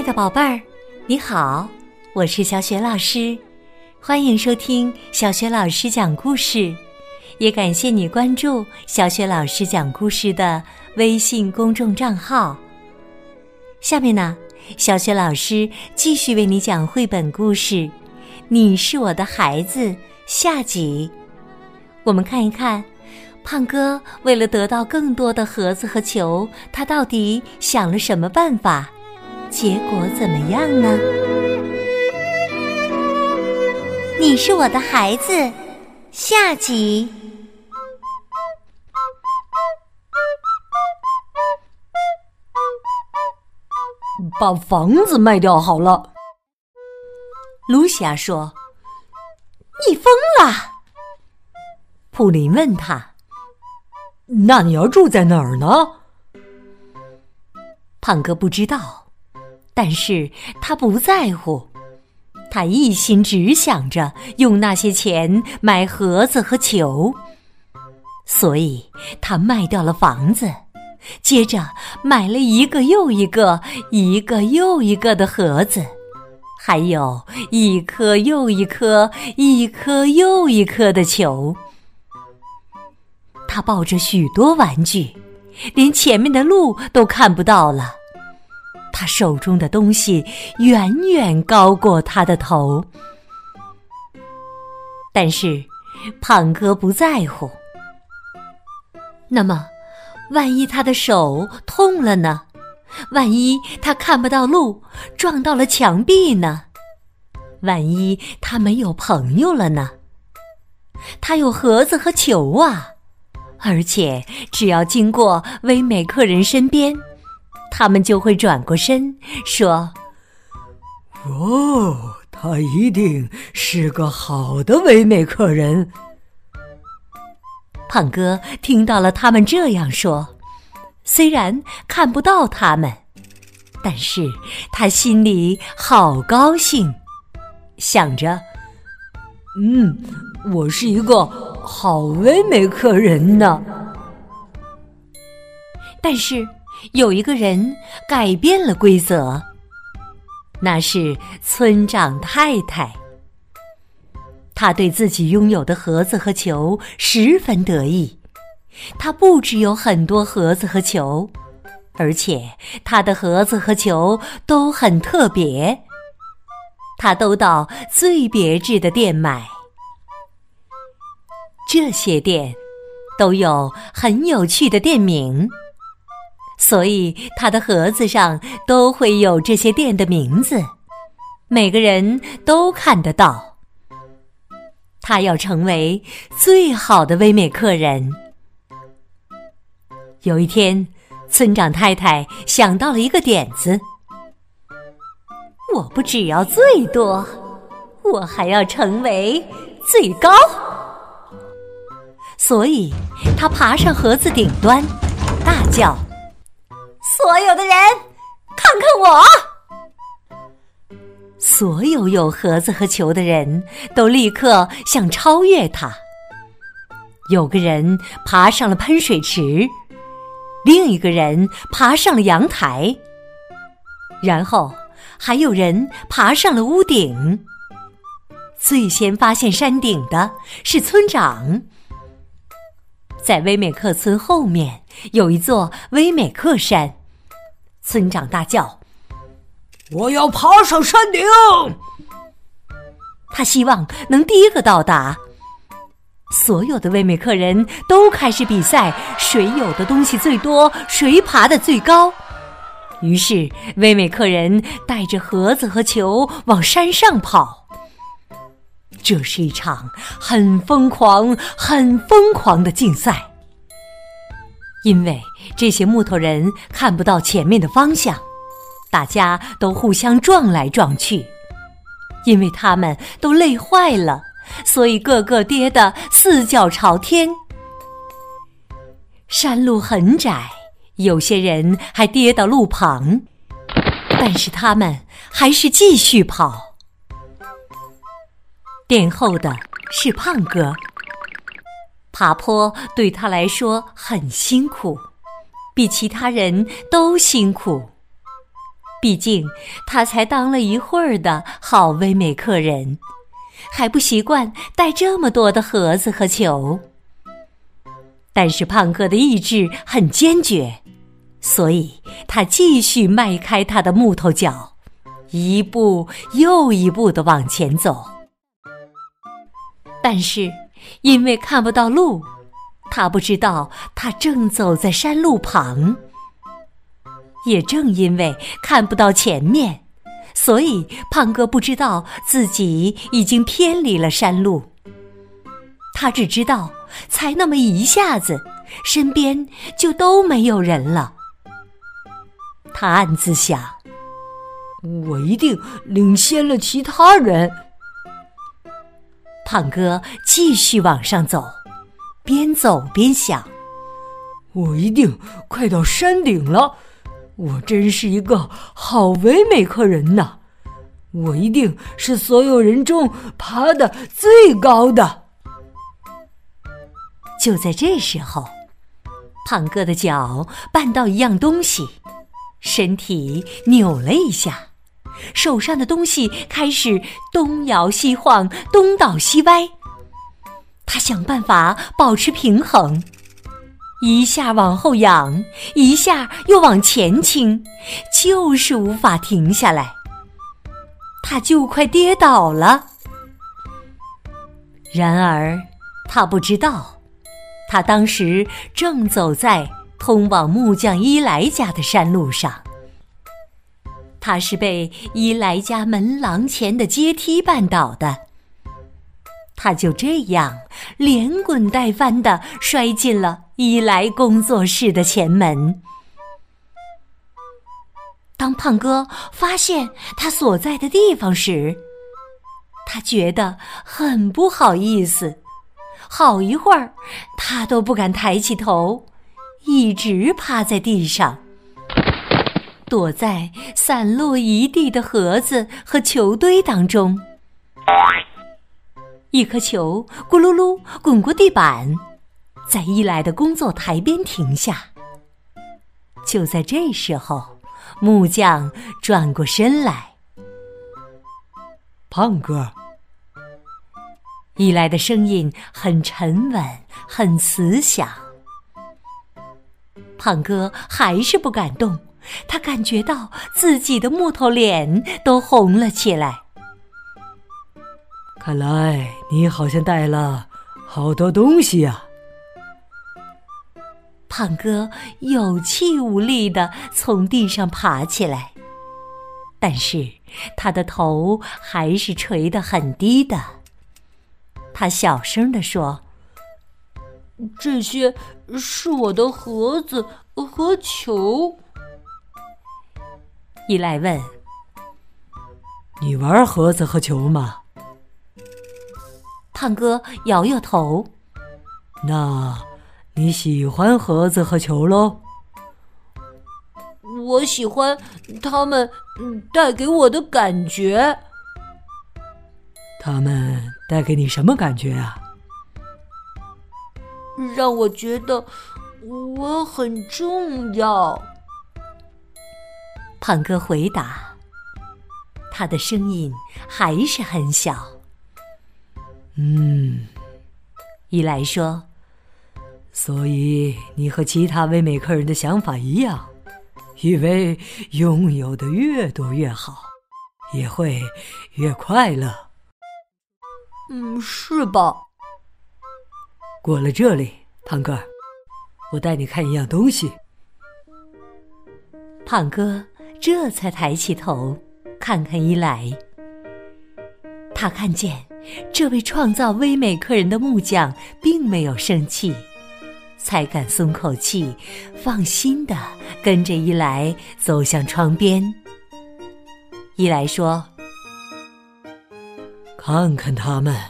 的宝贝儿，你好，我是小雪老师，欢迎收听小雪老师讲故事，也感谢你关注小雪老师讲故事的微信公众账号。下面呢，小雪老师继续为你讲绘本故事《你是我的孩子》下集。我们看一看胖哥为了得到更多的盒子和球，他到底想了什么办法？结果怎么样呢？你是我的孩子，下集。 把房子卖掉好了。 露西亚说：“你疯了！”普林问他：“ 那你要住在哪儿呢？” 胖哥不知道，但是他不在乎，他一心只想着用那些钱买盒子和球，所以他卖掉了房子，接着买了一个又一个、一个又一个的盒子，还有一颗又一颗、一颗又一颗的球。他抱着许多玩具，连前面的路都看不到了。他手中的东西远远高过他的头，但是胖哥不在乎。那么万一他的手痛了呢？万一他看不到路，撞到了墙壁呢？万一他没有朋友了呢？他有盒子和球啊，而且只要经过威美克人身边，他们就会转过身说：“ 哦，他一定是个好的威美克人。” 胖哥听到了他们这样说，虽然看不到他们，但是他心里好高兴，想着：“ 我是一个好威美克人呢。” 但是有一个人改变了规则，那是村长太太。他对自己拥有的盒子和球十分得意，他不只有很多盒子和球，而且他的盒子和球都很特别，他都到最别致的店买。这些店都有很有趣的店名，所以他的盒子上都会有这些店的名字，每个人都看得到。他要成为最好的威美克人。有一天，村长太太想到了一个点子：我不只要最多，我还要成为最高。所以他爬上盒子顶端，大叫：“所有的人，看看我！”所有有盒子和球的人都立刻想超越他。有个人爬上了喷水池，另一个人爬上了阳台，然后还有人爬上了屋顶。最先发现山顶的是村长。在威美克村后面有一座威美克山，村长大叫：“ 我要爬上山顶！” 他希望能第一个到达。所有的威美克人都开始比赛，谁有的东西最多，谁爬得最高。于是威美克人带着盒子和球往山上跑。这是一场很疯狂的竞赛，因为这些木头人看不到前面的方向，大家都互相撞来撞去。因为他们都累坏了，所以个个跌得四脚朝天。山路很窄，有些人还跌到路旁，但是他们还是继续跑。殿后的是胖哥，爬坡对他来说很辛苦，比其他人都辛苦。 毕竟他才当了一会儿的好威美客人，还不习惯带这么多的盒子和球。但是胖哥的意志很坚决，所以他继续迈开他的木头脚，一步又一步地往前走。但是因为看不到路，他不知道他正走在山路旁。也正因为看不到前面，所以胖哥不知道自己已经偏离了山路。他只知道才那么一下子，身边就都没有人了。他暗自想， 我一定领先了其他人。 胖哥继续往上走，边走边想， 我一定快到山顶了，我真是一个好威美客人呐！我一定是所有人中爬得最高的。 就在这时候，胖哥的脚绊到一样东西，身体扭了一下，手上的东西开始东摇西晃，东倒西歪。他想办法保持平衡，一下往后仰，一下又往前倾，就是无法停下来。他就快跌倒了。然而他不知道，他当时正走在通往木匠伊莱家的山路上。他是被伊莱家门廊前的阶梯绊倒的。他就这样连滚带翻地摔进了伊莱工作室的前门。当胖哥发现他所在的地方时，他觉得很不好意思，好一会儿他都不敢抬起头，一直趴在地上，躲在散落一地的盒子和球堆当中。一颗球咕噜噜滚过地板，在伊莱的工作台边停下。就在这时候，木匠转过身来。 胖哥。 伊莱的声音很沉稳，很慈祥。胖哥还是不敢动，他感觉到自己的木头脸都红了起来。 看来你好像带了好多东西呀。 胖哥有气无力地从地上爬起来，但是他的头还是垂得很低的。他小声地说：“ 这些是我的盒子和球。” 伊莱问：“ 你玩盒子和球吗？” 胖哥摇摇头。 那你喜欢盒子和球喽？ 我喜欢他们带给我的感觉。 他们带给你什么感觉啊？ 让我觉得我很重要。 胖哥回答，他的声音还是很小。 伊莱说，所以你和其他威美客人的想法一样，以为拥有的越多越好，也会越快乐。 是吧？ 过了这里，胖哥，我带你看一样东西。 胖哥这才抬起头看看伊莱。他看见这位创造威美客人的木匠并没有生气，才敢松口气，放心地跟着伊莱走向窗边。伊莱说：“ 看看他们。”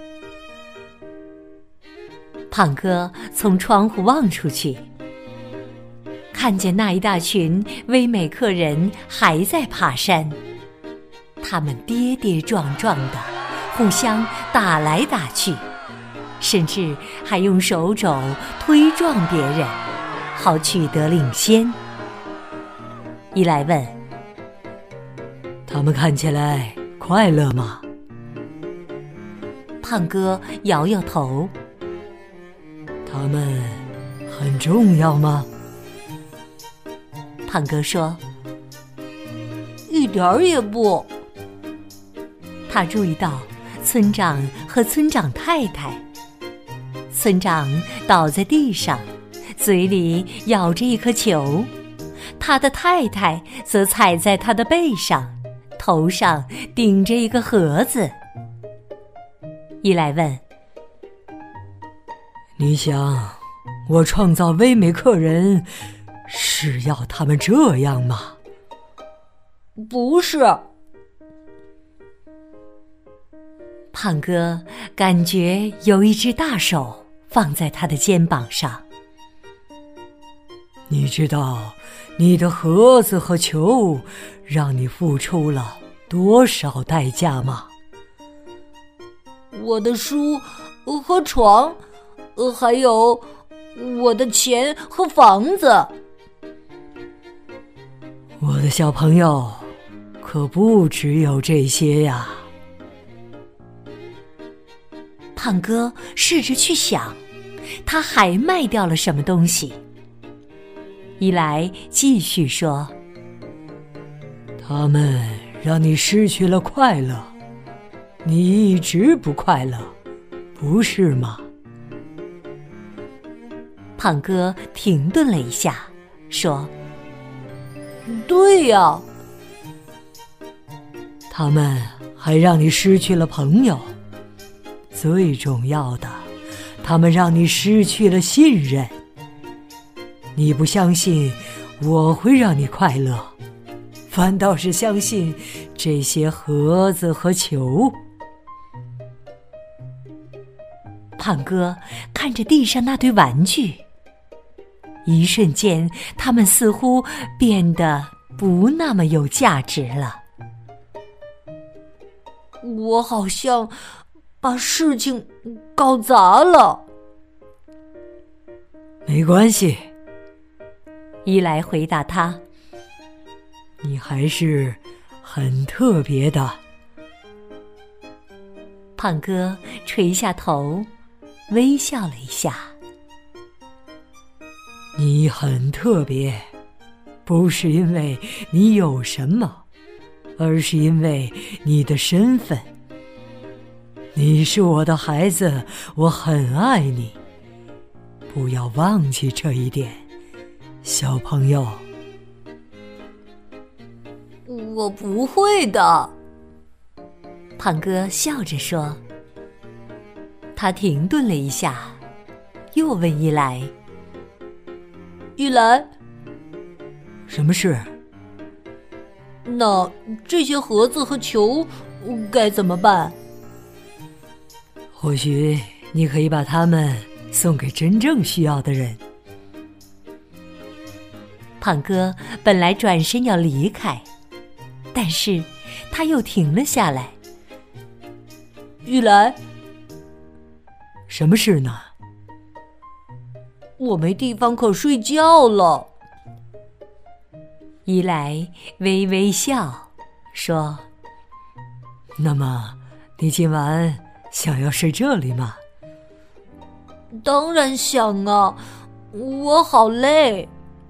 胖哥从窗户望出去，看见那一大群威美客人还在爬山，他们跌跌撞撞的，互相打来打去，甚至还用手肘推撞别人，好取得领先。伊莱问：“ 他们看起来快乐吗？ 胖哥摇摇头。 他们很重要吗？ 胖哥说：“ 一点儿也不。” 他注意到村长和村长太太。村长倒在地上，嘴里咬着一颗球，他的太太则踩在他的背上，头上顶着一个盒子。伊莱问：“ 你想，我创造威美克人是要他们这样吗？”“ 不是。” 胖哥感觉有一只大手放在他的肩膀上。 “你知道你的盒子和球让你付出了多少代价吗？”“ 我的书和床，还有我的钱和房子。”“ 我的小朋友，可不只有这些呀。” 胖哥试着去想，他还卖掉了什么东西。伊莱继续说：“ 他们让你失去了快乐，你一直不快乐，不是吗？” 胖哥停顿了一下，说：“ 对呀。”“ 他们还让你失去了朋友，最重要的，他们让你失去了信任。你不相信我会让你快乐，反倒是相信这些盒子和球。” 胖哥看着地上那堆玩具，一瞬间，他们似乎变得不那么有价值了。 “我好像把事情搞砸了。”“ 没关系。” 伊莱回答他，“ 你还是很特别的。” 胖哥垂下头，微笑了一下。 “你很特别，不是因为你有什么，而是因为你的身份。你是我的孩子，我很爱你，不要忘记这一点，小朋友。”“ 我不会的。” 胖哥笑着说。他停顿了一下，又问伊莱：“ 伊莱， 什么事？”“ 那这些盒子和球该怎么办？”“ 或许你可以把它们送给真正需要的人。” 胖哥本来转身要离开，但是他又停了下来。 “伊莱， 什么事呢？”“ 我没地方可睡觉了。” 伊莱微微笑说：“ 那么你今晚想要睡这里吗？”“ 当然想啊，我好累。”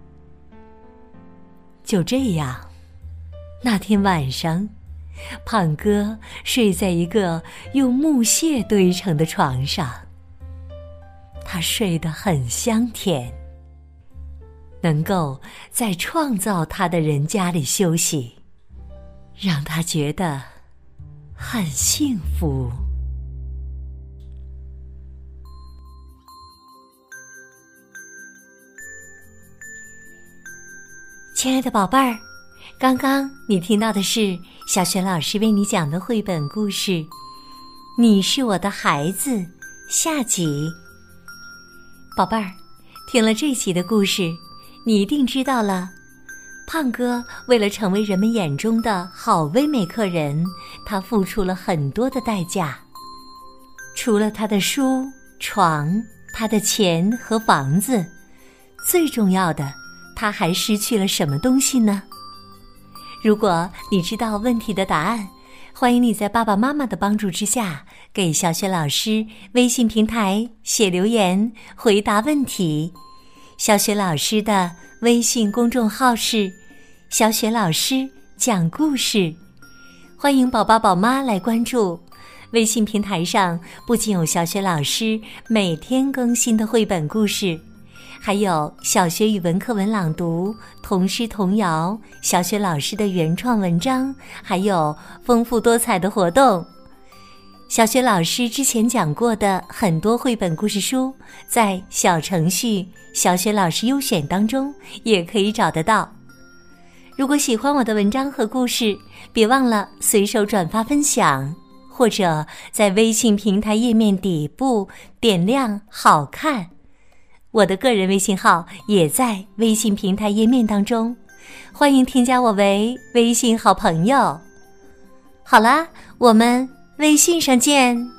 就这样，那天晚上，胖哥睡在一个用木屑堆成的床上。他睡得很香甜，能够在创造他的人家里休息，让他觉得很幸福。亲爱的宝贝儿，刚刚你听到的是小雪老师为你讲的绘本故事《你是我的孩子》下集。宝贝儿，听了这集的故事，你一定知道了，胖哥为了成为人们眼中的好威美克人，他付出了很多的代价。除了他的书、床、他的钱和房子，最重要的，他还失去了什么东西呢？ 如果你知道问题的答案，欢迎你在爸爸妈妈的帮助之下，给小雪老师微信平台写留言回答问题。小雪老师的微信公众号是小雪老师讲故事，欢迎宝宝宝妈来关注。微信平台上不仅有小雪老师每天更新的绘本故事，还有小学语文课文朗读、童诗童谣、小雪老师的原创文章，还有丰富多彩的活动。小雪老师之前讲过的很多绘本故事书，在小程序小雪老师优选当中也可以找得到。如果喜欢我的文章和故事，别忘了随手转发分享，或者在微信平台页面底部点亮好看。我的个人微信号也在微信平台页面当中，欢迎添加我为微信好朋友。好啦，我们微信上见。